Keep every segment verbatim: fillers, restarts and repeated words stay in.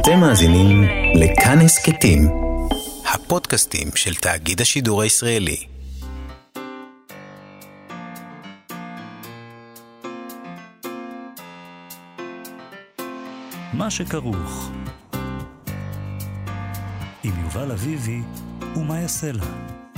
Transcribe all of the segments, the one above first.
אתם מאזינים לכאן הסכתים, הפודקאסטים של תאגיד השידור הישראלי. מה שכרוך עם יובל אביבי ומה יעשה לה.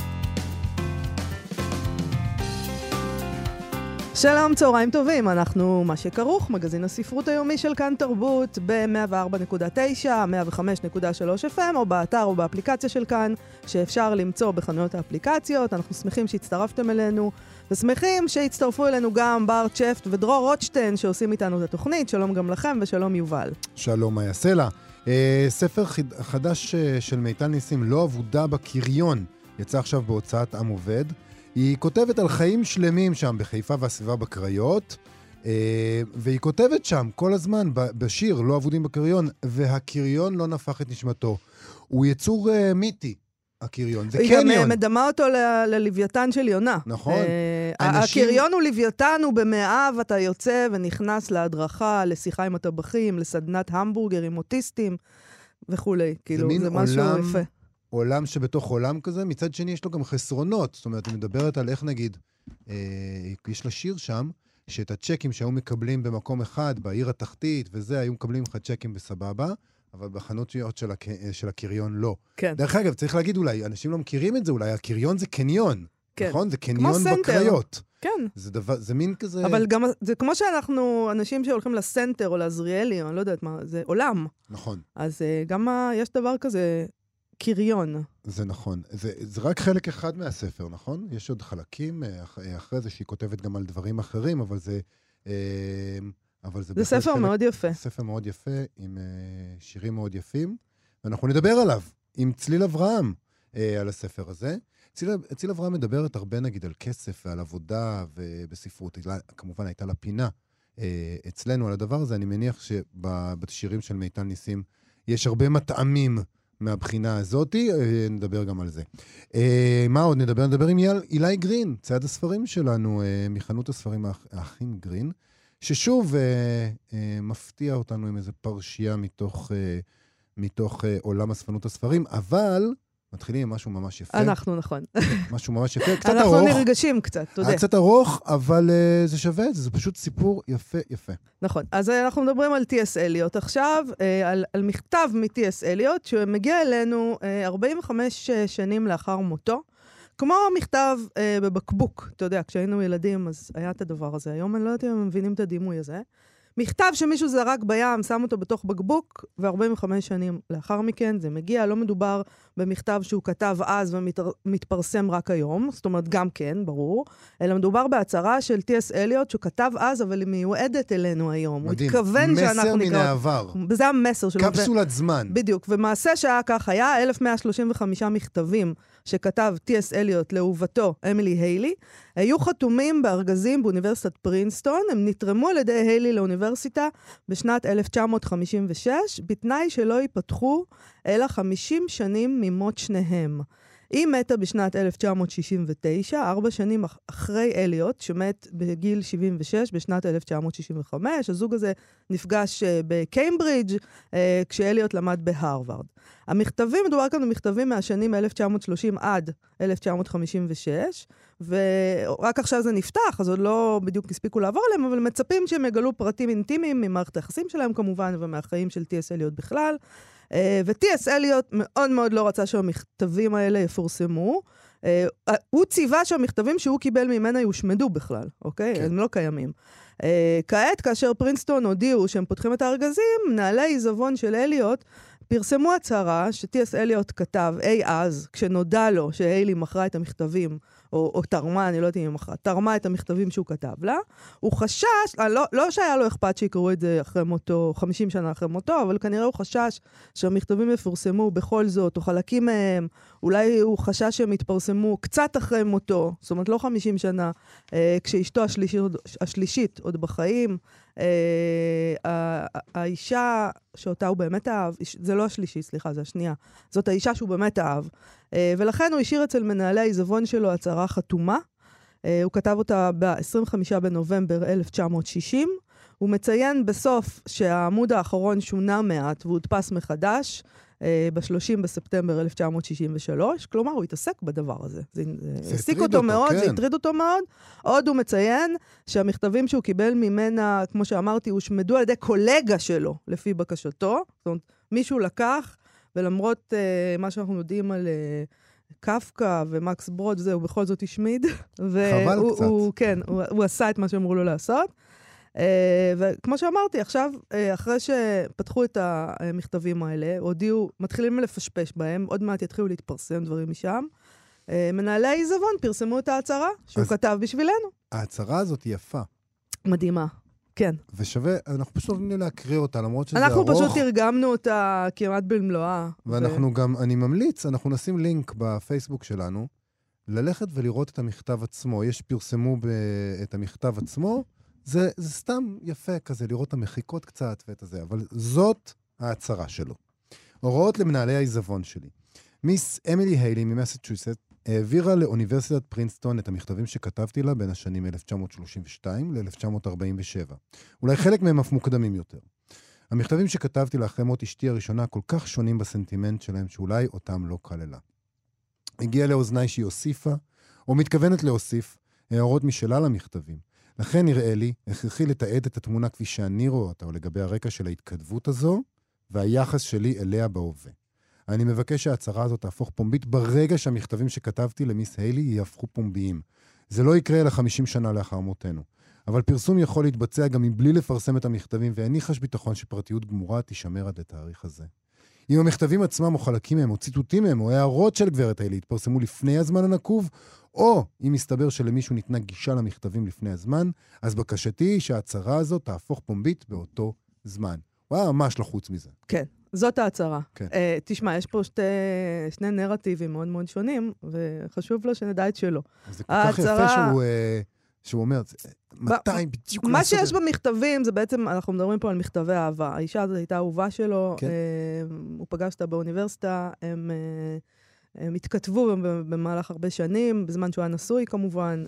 שלום, צהריים טובים, אנחנו מה שכרוך, מגזין הספרות היומי של כאן תרבות ב-מאה וארבע נקודה תשע, מאה וחמש נקודה שלוש אף אם, או באתר או באפליקציה של כאן, שאפשר למצוא בחנויות האפליקציות. אנחנו שמחים שהצטרפתם אלינו, ושמחים שהצטרפו אלינו גם בר צ'פט ודרור רוטשטיין, שעושים איתנו את התוכנית. שלום גם לכם ושלום יובל. שלום, מה יעשה לה. אה, ספר חדש של מיטל ניסים, לא עבודה בקריון, יצא עכשיו בהוצאת עם עובד. היא כותבת על חיים שלמים שם בחיפה והסביבה בקריות, והיא כותבת שם כל הזמן בשיר לא עבודים בקריון, והקריון לא נפח את נשמתו. הוא יצור מיתי, הקריון. זה קניון. היא גם מדמה אותו ללוויתן של יונה. נכון. הקריון הוא לוויתן, הוא במאהב, אתה יוצא ונכנס להדרכה, לשיחה עם הטבחים, לסדנת המבורגר עם אוטיסטים וכו'. כאילו, זה משהו יפה. עולם שבתוך עולם כזה, מצד שני יש לו גם חסרונות. זאת אומרת, היא מדברת על איך נגיד, אה, יש לה שיר שם, שאת הצ'קים שהיו מקבלים במקום אחד, בעיר התחתית וזה, היו מקבלים לך צ'קים בסבבה, אבל בחנות של, הק... של הקריון לא. כן. דרך אגב, צריך להגיד אולי, אנשים לא מכירים את זה, אולי הקריון זה קניון. כן. נכון? זה קניון בקריות. כן. זה, דבר, זה מין כזה... אבל גם, זה כמו שאנחנו, אנשים שהולכים לסנטר או לעזריאלי, או אני לא יודעת מה, זה עולם. נכון. אז גם יש דבר כזה... קריון. זה נכון. זה, זה רק חלק אחד מהספר, נכון? יש עוד חלקים אחרי זה שהיא כותבת גם על דברים אחרים, אבל זה... אבל זה, זה ספר חלק, מאוד יפה. ספר מאוד יפה, עם שירים מאוד יפים, ואנחנו נדבר עליו, עם צליל אברהם, על הספר הזה. צליל, צליל אברהם מדברת הרבה נגיד על כסף ועל עבודה ובספרות. כמובן הייתה לה פינה אצלנו על הדבר הזה. אני מניח שבשירים של מיטל ניסים יש הרבה מטעמים מהבחינה הזאת, נדבר גם על זה. מה עוד נדבר? נדבר עם אילי גרין, צייד הספרים שלנו, מחנות הספרים האחים גרין, ששוב מפתיע אותנו עם איזו פרשייה מתוך, מתוך עולם הספנות הספרים, אבל מתחילים עם משהו ממש יפה. אנחנו, נכון. משהו ממש יפה, קצת אנחנו ארוך. אנחנו נרגשים קצת, תודה. קצת ארוך, אבל uh, זה שווה, זה, זה פשוט סיפור יפה, יפה. נכון, אז אנחנו מדברים על טי אס אליוט עכשיו, על, על מכתב מ-טי אס אליוט, שמגיע אלינו ארבעים וחמש שנים לאחר מותו, כמו מכתב uh, בבקבוק, אתה יודע, כשהיינו ילדים, אז היה את הדבר הזה. היום אני לא יודעת אם הם מבינים את הדימוי הזה. מכתב שמישהו זרק בים, שם אותו בתוך בקבוק, ו-ארבעים וחמש שנים לאחר מכן זה מגיע, לא מדובר במכתב שהוא כתב אז ומתפרסם רק היום, זאת אומרת גם כן, ברור, אלא מדובר בהצהרה של טי אס אליוט, שהוא כתב אז, אבל היא מיועדת אלינו היום. מדהים, הוא התכוון מסר מן העבר. זה המסר שלו. קפסולת זמן. בדיוק, ומעשה שהיה כך היה, אלף מאה שלושים וחמישה מכתבים שכתב טי אס אליוט לאהובתו, אמילי היילי, היו חתומים בארגזים באוניברסיטת פרינסטון, הם נתרמו על ידי היילי לאוניברסיטה בשנת אלף תשע מאות חמישים ושש, בתנאי שלא ייפתחו אלא חמישים שנים ממות שניהם. היא מתה בשנת אלף תשע מאות שישים ותשע, ארבע שנים אחרי אליוט, שמת בגיל שבעים ושש בשנת אלף תשע מאות שישים וחמש. הזוג הזה נפגש בקיימברידג' כשאליוט למד בהרווארד. המכתבים, מדובר כאן במכתבים מהשנים אלף תשע מאות שלושים עד אלף תשע מאות חמישים ושש, ורק עכשיו זה נפתח, אז עוד לא בדיוק הספיקו לעבור עליהם, אבל מצפים שהם יגלו פרטים אינטימיים ממערכת היחסים שלהם כמובן, ומהחיים של טי אס אליוט בכלל. ו-טי אס אליוט מאוד מאוד לא רצה שהמכתבים האלה יפורסמו. הוא ציווה שהמכתבים שהוא קיבל ממנה יושמדו בכלל, אוקיי? כן. הם לא קיימים. כעת, כאשר פרינסטון הודיעו שהם פותחים את הארגזים, מנהלי עיזבון של אליוט פרסמו הצהרה שטי אס אליוט כתב אי אז, כשנודע לו שהיילי מכרה את המכתבים, או, או תרמה, אני לא יודעת אם היא מכרה, תרמה את המכתבים שהוא כתב לה, הוא חשש, לא, לא שהיה לו אכפת שיקראו את זה אחרי מותו, חמישים שנה אחרי מותו, אבל כנראה הוא חשש שהמכתבים יפורסמו בכל זאת, או חלקים מהם, אולי הוא חשש שהם יתפרסמו קצת אחרי מותו, זאת אומרת לא חמישים שנה, אה, כשאשתו השלישית, השלישית עוד בחיים, אה, האישה שאותה הוא באמת אהב, זה לא השלישי, סליחה, זה השנייה, זאת האישה שהוא באמת אהב, ולכן הוא השאיר אצל מנהלי העיזבון שלו הצהרה חתומה, הוא כתב אותה ב-עשרים וחמישה בנובמבר אלף תשע מאות שישים, הוא מציין בסוף שהעמוד האחרון שונה מעט והודפס מחדש, ב-שלושים בספטמבר אלף תשע מאות שישים ושלוש, כלומר, הוא התעסק בדבר הזה. זה העסיק אותו מאוד, זה הטריד אותו מאוד. עוד הוא מציין שהמכתבים שהוא קיבל ממנה, כמו שאמרתי, הושמדו על ידי קולגה שלו, לפי בקשתו. זאת אומרת, מישהו לקח, ולמרות מה שאנחנו יודעים על קפקא ומקס ברוד, זה הוא בכל זאת השמיד. חבל קצת. כן, הוא עשה את מה שאמרו לו לעשות. Uh, וכמו שאמרתי, עכשיו, uh, אחרי שפתחו את המכתבים האלה, הודיעו, מתחילים לפשפש בהם, עוד מעט יתחילו להתפרסם דברים משם, uh, מנהלי העיזבון פרסמו את ההצהרה שהוא אז כתב בשבילנו. ההצהרה הזאת היא יפה. מדהימה, כן. ושווה, אנחנו פשוט נראה להקריא אותה, למרות שזה אנחנו ארוך. אנחנו פשוט תרגמנו אותה כמעט במלואה. ואנחנו ו... גם, אני ממליץ, אנחנו נשים לינק בפייסבוק שלנו, ללכת ולראות את המכתב עצמו. יש פרסמו ב... את המכתב עצמו, זה, זה סתם יפה כזה, לראות את המחיקות קצת ואת הזה, אבל זאת ההצהרה שלו. הוראות למנהלי העיזבון שלי. מיס אמילי היילי ממסצ'וסט העבירה לאוניברסיטת פרינסטון את המכתבים שכתבתי לה בין השנים אלף תשע מאות שלושים ושתיים ל-אלף תשע מאות ארבעים ושבע. אולי חלק מהם אף מוקדמים יותר. המכתבים שכתבתי לה אחרי מות אשתי הראשונה כל כך שונים בסנטימנט שלהם שאולי אותם לא כללה. הגיעה לאוזניי שהיא הוסיפה, או מתכוונת להוסיף, הערות משלה למכתבים. לכן נראה לי, הכרחי לתעד את התמונה כפי שאני רואה אותה, או לגבי הרקע של ההתכתבות הזו, והיחס שלי אליה בהווה. אני מבקש שההצהרה הזאת תהפוך פומבית ברגע שהמכתבים שכתבתי למיס היילי יהפכו פומביים. זה לא יקרה אלא חמישים שנה לאחר מותנו. אבל פרסום יכול להתבצע גם מבלי לפרסם את המכתבים, ואני חש ביטחון שפרטיות גמורה תישמר עד לתאריך הזה. אם המכתבים עצמם או חלקים מהם, או ציטוטים מהם, או הערות של גברת היילי התפרסמו לפני הזמן הנקוב, או אם מסתבר שלמישהו ניתנה גישה למכתבים לפני הזמן, אז בקשתי היא שההצהרה הזאת תהפוך פומבית באותו זמן. וואו, ממש לחוץ מזה. כן, זאת ההצהרה. כן. Uh, תשמע, יש פה שתי, שני נרטיבים מאוד מאוד שונים, וחשוב לו שנדע את שלו. זה כל כך ההצהרה... יפה שהוא, שהוא אומר, מתי ב... בדיוק... מה שיש במכתבים, זה בעצם, אנחנו מדברים פה על מכתבי אהבה. האישה הזאת הייתה אהובה שלו, כן. uh, הוא פגש אותה באוניברסיטה, הם... Uh, הם התכתבו במהלך הרבה שנים, בזמן שהוא היה נשוי כמובן.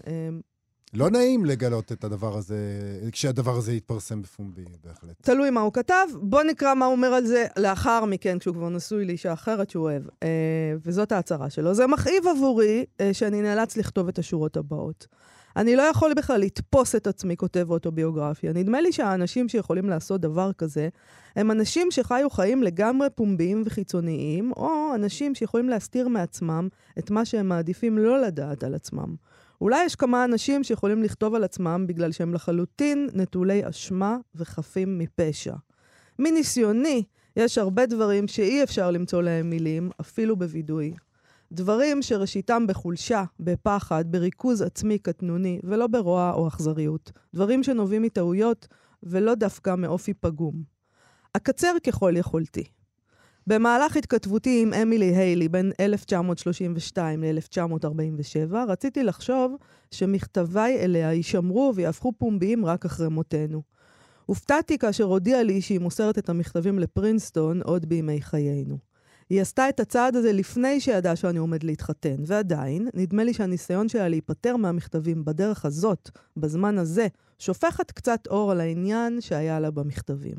לא נעים לגלות את הדבר הזה, כשהדבר הזה יתפרסם בפומבי, בהחלט. תלוי מה הוא כתב. בוא נקרא מה הוא אומר על זה לאחר מכן, כשהוא כבר נשוי לאישה אחרת שהוא אוהב. וזאת ההצהרה שלו. זה מכאיב עבורי שאני נאלץ לכתוב את השורות הבאות. אני לא יכול בכלל לתפוס את עצמי כותב אוטוביוגרפיה. נדמה לי שהאנשים שיכולים לעשות דבר כזה, הם אנשים שחיו חיים לגמרי פומביים וחיצוניים, או אנשים שיכולים להסתיר מעצמם את מה שהם מעדיפים לא לדעת על עצמם. אולי יש כמה אנשים שיכולים לכתוב על עצמם בגלל שהם לחלוטין נטולי אשמה וחפים מפשע. מניסיוני, יש הרבה דברים שאי אפשר למצוא להם מילים, אפילו בוידוי. דברים שראשיתם בחולשה, בפחד, בריכוז עצמי קטנוני, ולא ברוע או אכזריות. דברים שנובעים מטעויות, ולא דווקא מאופי פגום. אקצר ככל יכולתי. במהלך התכתבותי עם אמילי היילי בין אלף תשע מאות שלושים ושתיים ל-אלף תשע מאות ארבעים ושבע, רציתי לחשוב שמכתביי אליה יישמרו ויהפכו פומביים רק אחרי מותנו. הופתעתי כאשר הודיעה לי שהיא מוסרת את המכתבים לפרינסטון עוד בימי חיינו. היא עשתה את הצעד הזה לפני שידעה שאני עומד להתחתן, ועדיין, נדמה לי שהניסיון שלה להיפטר מהמכתבים בדרך הזאת, בזמן הזה, שופכת קצת אור על העניין שהיה לה במכתבים.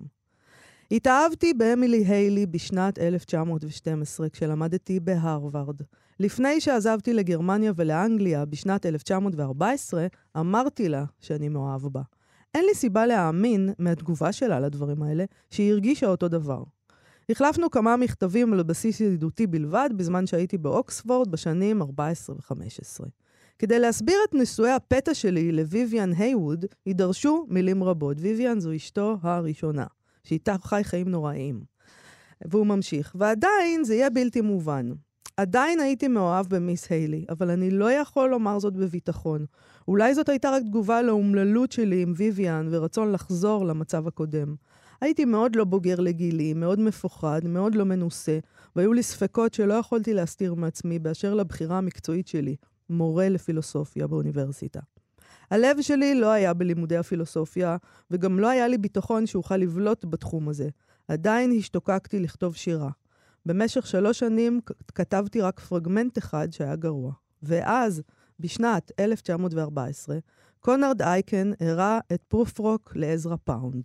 התאהבתי באמילי היילי בשנת אלף תשע מאות ושתים עשרה, כשלמדתי בהרווארד. לפני שעזבתי לגרמניה ולאנגליה בשנת אלף תשע מאות וארבע עשרה, אמרתי לה שאני מאוהב בה. אין לי סיבה להאמין מהתגובה שלה לדברים האלה, שהיא הרגישה אותו דבר. החלפנו כמה מכתבים על בסיס ידידותי בלבד, בזמן שהייתי באוקספורד בשנים ארבע עשרה וחמש עשרה. כדי להסביר את נישואי הפתע שלי לוויביאן הייווד, יידרשו מילים רבות. ויביאן זו אשתו הראשונה, שאיתה חי חיים נוראים. והוא ממשיך. ועדיין זה יהיה בלתי מובן. עדיין הייתי מאוהב במיס היילי, אבל אני לא יכול לומר זאת בביטחון. אולי זאת הייתה רק תגובה לאומללות שלי עם ויביאן ורצון לחזור למצב הקודם. הייתי מאוד לא בוגר לגילי, מאוד מפוחד, מאוד לא מנוסה, והיו לי ספקות שלא יכולתי להסתיר מעצמי באשר לבחירה המקצועית שלי, מורה לפילוסופיה באוניברסיטה. הלב שלי לא היה בלימודי הפילוסופיה, וגם לא היה לי ביטחון שאוכל לבלוט בתחום הזה. עדיין השתוקקתי לכתוב שירה. במשך שלוש שנים כתבתי רק פרגמנט אחד שהיה גרוע. ואז, בשנת אלף תשע מאות וארבע עשרה, קונרד אייקן הראה את פרופרוק לעזרא פאונד.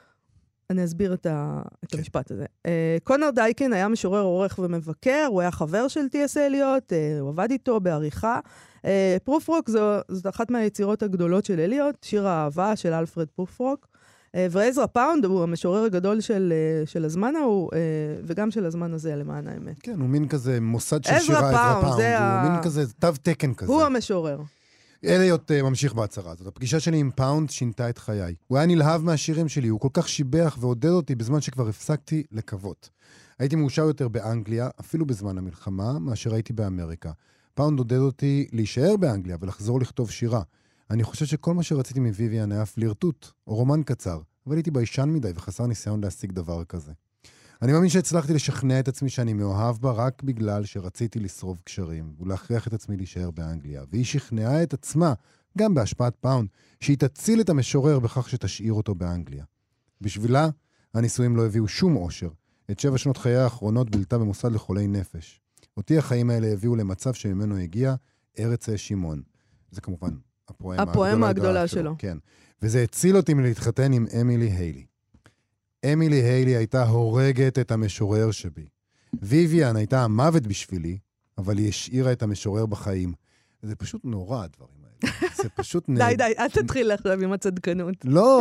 אני אסביר את, ה... את כן. המשפט הזה. Uh, קונרד אייקן היה משורר, עורך ומבקר, הוא היה חבר של טי אס אליוט, uh, הוא עבד איתו בעריכה. Uh, פרופרוק זו, זאת אחת מהיצירות הגדולות של אליוט, שיר האהבה של אלפרד פרופרוק. Uh, ועזרא פאונד הוא המשורר הגדול של, uh, של הזמן ההוא, uh, וגם של הזמן הזה, למען האמת. כן, הוא מין כזה מוסד של שירה עזרא פאונד, הוא ה... מין כזה תו תקן כזה. הוא המשורר. אליוט uh, ממשיך בהצהרה הזאת. הפגישה שלי עם פאונד שינתה את חיי. הוא היה נלהב מהשירים שלי, הוא כל כך שיבח ועודד אותי בזמן שכבר הפסקתי לקוות. הייתי מאושר יותר באנגליה, אפילו בזמן המלחמה, מאשר הייתי באמריקה. פאונד עודד אותי להישאר באנגליה ולחזור לכתוב שירה. אני חושב שכל מה שרציתי מוויביאן היה פלירטוט, או רומן קצר, אבל הייתי ביישן מדי וחסר ניסיון להשיג דבר כזה. אני מאמין שהצלחתי לשכנע את עצמי שאני מאוהב בה רק בגלל שרציתי לשרוב קשרים ולהכריח את עצמי להישאר באנגליה. והיא שכנעה את עצמה, גם בהשפעת פאונד, שהיא תציל את המשורר בכך שתשאיר אותו באנגליה. בשבילה, הנישואים לא הביאו שום אושר. את שבע שנות חיי האחרונות בילתה במוסד לחולי נפש. אותי החיים האלה הביאו למצב שממנו הגיע ארץ שמעון. זה כמובן הפואמה, הפואמה הגדולה, הגדולה שלו. שלו. כן. וזה הציל אותי מלהתחתן עם אמילי היילי. אמילי היילי הייתה הורגת את המשורר שבי. ויביאן הייתה המוות בשבילי, אבל היא השאירה את המשורר בחיים. זה פשוט נורא, הדברים האלה. זה פשוט... די, די, אל תתחיל עכשיו עם הצדקנות. לא,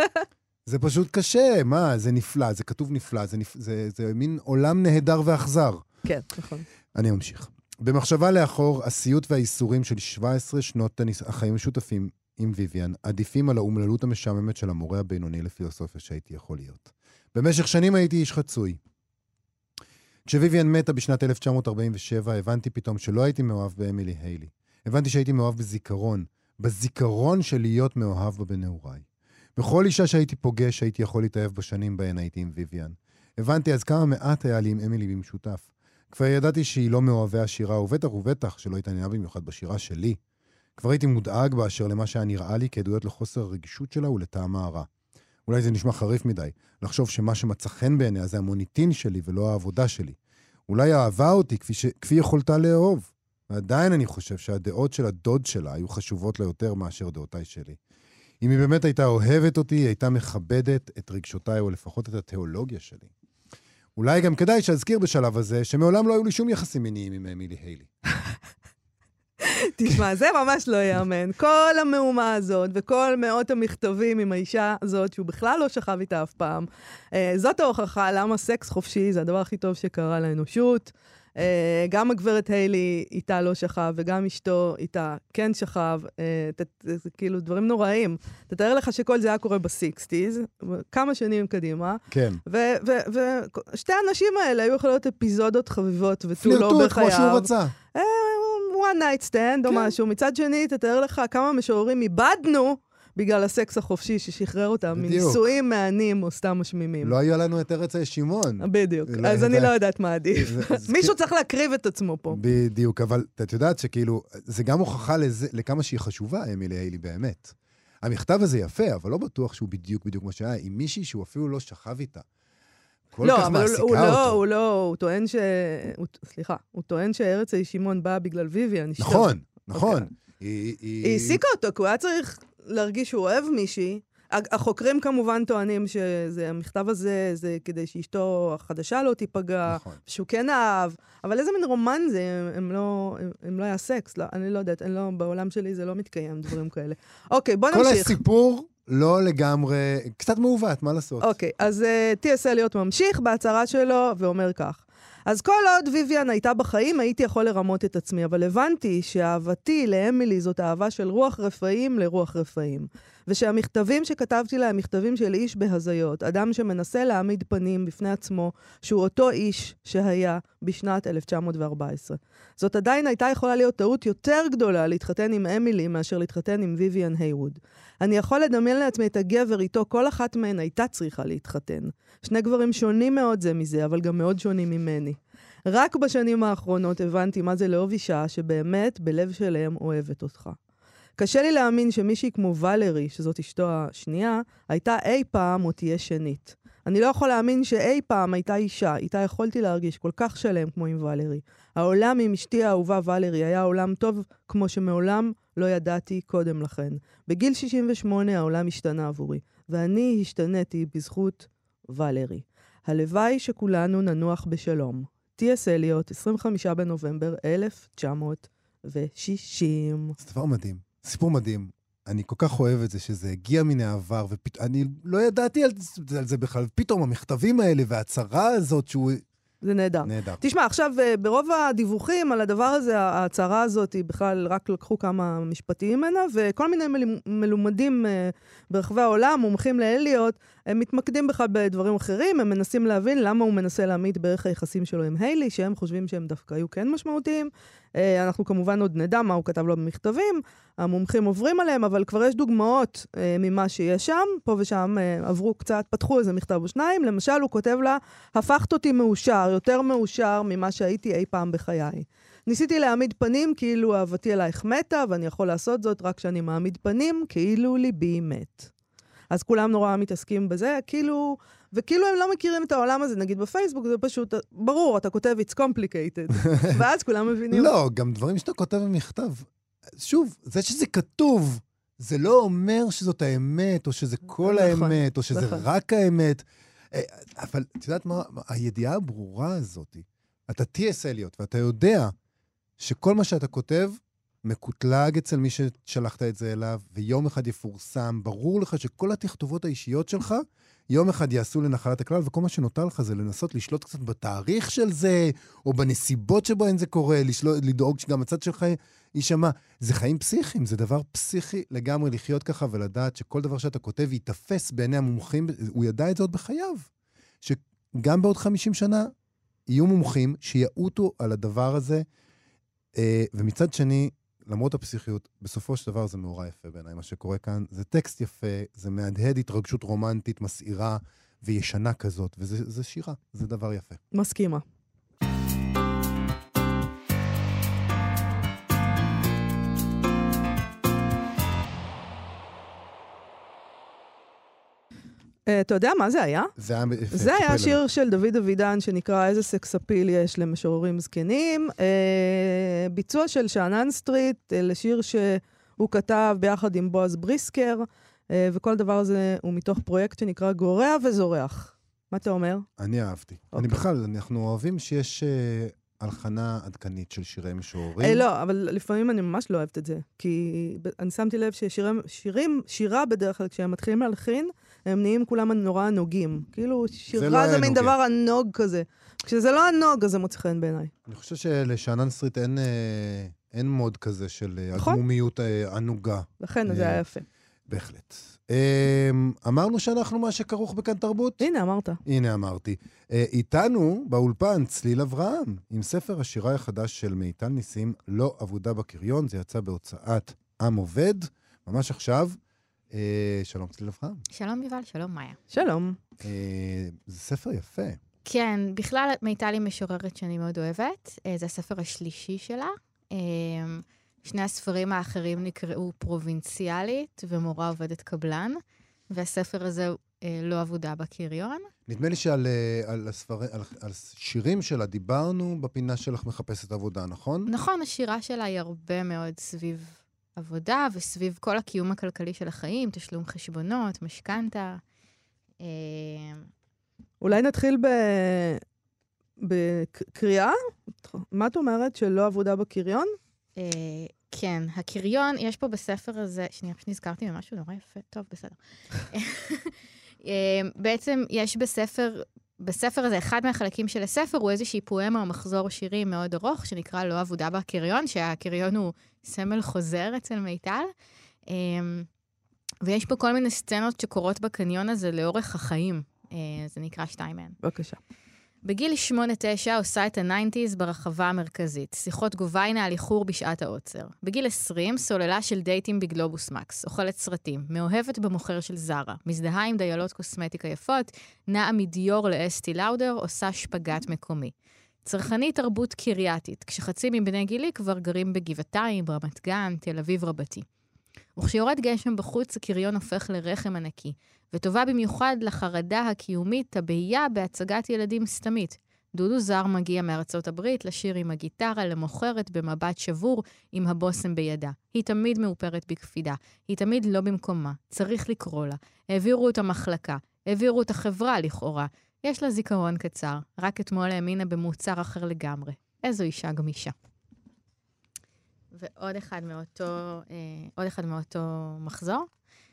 זה פשוט קשה. מה, זה נפלא, זה כתוב נפלא, זה, נפ... זה, זה מין עולם נהדר ואכזר. כן, נכון. אני ממשיך. במחשבה לאחור, הסיוט והאיסורים של שבע עשרה שנות החיים משותפים עם ויביאן, עדיפים על האומללות המשעממת של המורה הבינוני לפילוסופיה שהייתי יכול להיות. במשך שנים הייתי איש חצוי. כשוויביאן מתה בשנת אלף תשע מאות ארבעים ושבע, הבנתי פתאום שלא הייתי מאוהב באמילי היילי. הבנתי שהייתי מאוהב בזיכרון, בזיכרון של להיות מאוהב בה בנעוריי. בכל אישה שהייתי פוגש, הייתי יכול להתאהב בשנים בהן הייתי עם ויביאן. הבנתי אז כמה מעט היה לי עם אמילי במשותף. כבר ידעתי שהיא לא מאוהבי השירה, ובטח ובטח שלא התעניינה במיוחד בשירה שלי. כבר הייתי מודאג באשר למה שהיה נראה לי כעדויות לחוסר הרגישות שלה ולטעמה הרע. אולי זה נשמע חריף מדי, לחשוב שמה שמצא חן בעיניה זה המוניטין שלי ולא העבודה שלי. אולי אהבה אותי כפי, ש... כפי יכולתה לאהוב. ועדיין אני חושב שהדעות של הדוד שלה היו חשובות לה יותר מאשר דעותיי שלי. אם היא באמת הייתה אוהבת אותי, היא הייתה מכבדת את רגשותיי או לפחות את התיאולוגיה שלי. אולי גם כדאי שאזכיר בשלב הזה שמעולם לא היו לי שום יחסים מיניים עם אמילי היילי. תשמע, זה ממש לא יאמן. כל המהומה הזאת וכל מאות המכתבים עם האישה הזאת, שהוא בכלל לא שכב איתה אף פעם, זאת ההוכחה למה סקס חופשי זה הדבר הכי טוב שקרה לאנושות. גם הגברת היילי איתה לא שכב, וגם אשתו איתה כן שכב. זה כאילו דברים נוראים. תתאר לך שכל זה היה קורה בסיקסטיז, כמה שנים קדימה. כן. ושתי האנשים האלה היו יכולות אפיזודות חביבות ותו לא בחייו. פלירטוט, כמו שהוא רצה. one night stand או משהו. מצד שני, תתאר לך כמה משוררים איבדנו בגלל הסקס החופשי ששחרר אותם, מנישואים מענים או סתם משמימים. לא היה לנו את ארץ שמעון. בדיוק, אז אני לא יודעת מה עדיף. מישהו צריך להקריב את עצמו פה. בדיוק, אבל את יודעת שכאילו, זה גם הוכחה לכמה שהיא חשובה, אמילי היילי באמת. המכתב הזה יפה, אבל לא בטוח שהוא בדיוק בדיוק מה שהיה, עם מישהי שהוא אפילו לא שכב איתה. לא, אבל הוא לא, הוא לא, הוא טוען ש... סליחה, הוא טוען שארץ שמעון באה בגלל ויביאן. נכון, נכון. היא העסיקה אותו, כי הוא היה צריך להרגיש שהוא אוהב מישהי. החוקרים כמובן טוענים שהמכתב הזה זה כדי שאשתו החדשה לא תיפגע, שהוא כן אהב, אבל איזה מין רומן זה, הם לא, הם לא היה סקס, אני לא יודעת, בעולם שלי זה לא מתקיים, דברים כאלה. אוקיי, בוא נמשיך. כל הסיפור לא לגמרי, קצת מעוות, מה לעשות? אוקיי, אז טי אס אליוט ממשיך בהצהרה שלו ואומר כך. אז כל עוד ויביאן הייתה בחיים, הייתי יכול לרמות את עצמי, אבל הבנתי שאהבתי לאמילי זאת אהבה של רוח רפאים לרוח רפאים. ושהמכתבים שכתבתי לה הם מכתבים של איש בהזיות, אדם שמנסה להעמיד פנים בפני עצמו, שהוא אותו איש שהיה בשנת אלף תשע מאות וארבע עשרה. זאת עדיין הייתה יכולה להיות טעות יותר גדולה להתחתן עם אמילי מאשר להתחתן עם ויביאן הייווד. אני יכול לדמיין לעצמי את הגבר איתו, כל אחת מהן הייתה צריכה להתחתן. שני גברים שונים מאוד זה מזה, אבל גם מאוד שונים ממני. רק בשנים האחרונות הבנתי מה זה לאהוב אישה שבאמת בלב שלהם אוהבת אותך. קשה לי להאמין שמישהי כמו ולרי, שזאת אשתו השנייה, הייתה אי פעם או תהיה שנית. אני לא יכול להאמין שאי פעם הייתה אישה, איתה יכולתי להרגיש כל כך שלם כמו עם ולרי. העולם עם אשתי האהובה ולרי היה עולם טוב כמו שמעולם לא ידעתי קודם לכן. בגיל שישים ושמונה העולם השתנה עבורי, ואני השתניתי בזכות ולרי. הלוואי שכולנו ננוח בשלום. טי אס אליוט, עשרים וחמישה בנובמבר אלף תשע מאות ושישים. זה דבר מדהים, סיפור מדהים. אני כל כך אוהב את זה, שזה הגיע מן העבר, ואני לא ידעתי על זה, על זה בכלל. פתאום המכתבים האלה וההצהרה הזאת שהוא... זה נהדר. נהדר. תשמע, עכשיו, ברוב הדיווחים על הדבר הזה, ההצהרה הזאת, היא בכלל רק לקחו כמה משפטים ממנה, וכל מיני מלומדים ברחבי העולם, מומחים לאליוט, הם מתמקדים בכלל בדברים אחרים, הם מנסים להבין למה הוא מנסה להעמיד בערך היחסים שלו עם היילי, שהם חושבים שהם דווקא היו כן משמעותיים. אנחנו כמובן עוד נדע מה הוא כתב לו במכתבים, המומחים עוברים עליהם, אבל כבר יש דוגמאות ממה שיש שם, פה ושם עברו קצת, פתחו איזה מכתב או שניים, למשל הוא כותב לה, הפכת אותי מאושר, יותר מאושר ממה שהייתי אי פעם בחיי. ניסיתי להעמיד פנים כאילו אהבתי אלייך מתה, ואני יכול לעשות זאת רק כשאני מעמיד פנים כאילו ליבי מת. אז כולם נורא מתעסקים בזה, כאילו, וכאילו הם לא מכירים את העולם הזה, נגיד בפייסבוק, זה פשוט, ברור, אתה כותב it's complicated, ואז כולם מבינים. לא, גם דברים שאתה כותב במכתב. שוב, זה שזה כתוב, זה לא אומר שזאת האמת, או שזה כל האמת, או שזה רק האמת. אבל את יודעת מה, הידיעה הברורה הזאת, אתה טי אס אליוט, ואתה יודע שכל מה שאתה כותב, מקוטלג אצל מי ששלחת את זה אליו, ויום אחד יפורסם, ברור לך שכל התכתובות האישיות שלך, יום אחד יעשו לנחלת הכלל, וכל מה שנותר לך זה לנסות לשלוט קצת בתאריך של זה, או בנסיבות שבהן זה קורה, לשלוט, לדאוג שגם הצד שלך יישמע. זה חיים פסיכיים, זה דבר פסיכי לגמרי לחיות ככה, ולדעת שכל דבר שאתה כותב ייתפס בעיני המומחים, הוא ידע את זה עוד בחייו. שגם בעוד חמישים שנה יהיו מומחים שיעוטו על הדבר הזה, ומצד שני, למרות הפסיכיות, בסופו של דבר זה מאורע יפה בעיניי. מה שקורה כאן זה טקסט יפה, זה מהדהד התרגשות רומנטית, מסעירה וישנה כזאת, וזה זה שירה, זה דבר יפה. מסכימה. אתה יודע מה זה היה? זה היה, זה היה שיר של דוד אבידן שנקרא איזה סקס אפיל יש למשוררים זקנים. ביצוע של שאנן סטריט לשיר שהוא כתב ביחד עם בועז בריסקר, וכל דבר הזה הוא מתוך פרויקט שנקרא גורע וזורח. מה אתה אומר? אני אהבתי. אני בכלל, אנחנו אוהבים שיש הלחנה עדכנית של שירי משוררים. לא, אבל לפעמים אני ממש לא אוהבת את זה, כי אני שמתי לב ששירים, שירה בדרך כלל, כשהם מתחילים להלחין, הם נהיים כולם נורא נוגים. כאילו, שירה זה מין דבר ענוג כזה. כשזה לא ענוג, אז זה מוצא חן בעיניי. אני חושב שלשאנן סטריט אין, אין מוד כזה של הדמומיות ענוגה. לכן, זה היה יפה. בהחלט. אמרנו שאנחנו מה שכרוך בכאן תרבות? הנה, אמרת. הנה, אמרתי. איתנו באולפן צליל אברהם, עם ספר השירה החדש של מיטל ניסים, לא עבודה בקריון, זה יצא בהוצאת עם עובד, ממש עכשיו. שלום צליל אברהם. שלום יובל, שלום מאיה. שלום. זה ספר יפה. כן, בכלל מיטל היא משוררת שאני מאוד אוהבת, זה הספר השלישי שלה. שני הספרים האחרים נקראו פרובינציאלית ומורה עובדת קבלן, והספר הזה לא עבודה בקריון. נדמה לי שעל על הספר, על, על שירים שלה דיברנו בפינה שלך מחפשת עבודה, נכון? נכון, השירה שלה היא הרבה מאוד סביב עבודה, וסביב כל הקיום הכלכלי של החיים, תשלום חשבונות, משכנתה. אולי נתחיל ב... בקריאה? מה את אומרת שלא עבודה בקריון? כן, הקריון, יש פה בספר הזה, שנייה, פשוט נזכרתי ממשהו נורא יפה, טוב, בסדר. בעצם יש בספר, בספר הזה, אחד מהחלקים של הספר הוא איזושהי פואמה או מחזור שירים מאוד ארוך, שנקרא לא עבודה בקריון, שהקריון הוא סמל חוזר אצל מיטל, ויש פה כל מיני סצנות שקורות בקניון הזה לאורך החיים, זה נקרא שתיים מהן. בבקשה. בגיל שמונה תשע עושה את הניינטיז ברחבה המרכזית, שיחות גוביינה על איחור בשעת העוצר. בגיל עשרים סוללה של דייטים בגלובוס מקס, אוכלת סרטים, מאוהבת במוכר של זרה, מזדהה עם דיילות קוסמטיקה יפות, נעה מדיור לאסטי לאודר, עושה שפגת מקומי. צרכנית תרבות קרייתית, כשחצי מבני גילי כבר גרים בגבעתיים, ברמת גן, תל אביב רבתי. וכשיורד גשם בחוץ, הקריון הופך לרחם ענקי, וטובה במיוחד לחרדה הקיומית, הבהייה בהצגת ילדים סתמית. דודו זר מגיע מארצות הברית לשיר עם הגיטרה, למוכרת במבט שבור עם הבוסם בידה. היא תמיד מאופרת בקפידה, היא תמיד לא במקומה, צריך לקרוא לה. העבירו את המחלקה, העבירו את החברה לכאורה. יש לה זיכרון קצר, רק אתמול האמינה במוצר אחר לגמרי. איזו אישה גמישה. ועוד אחד מאותו, אה, עוד אחד מאותו מחזור.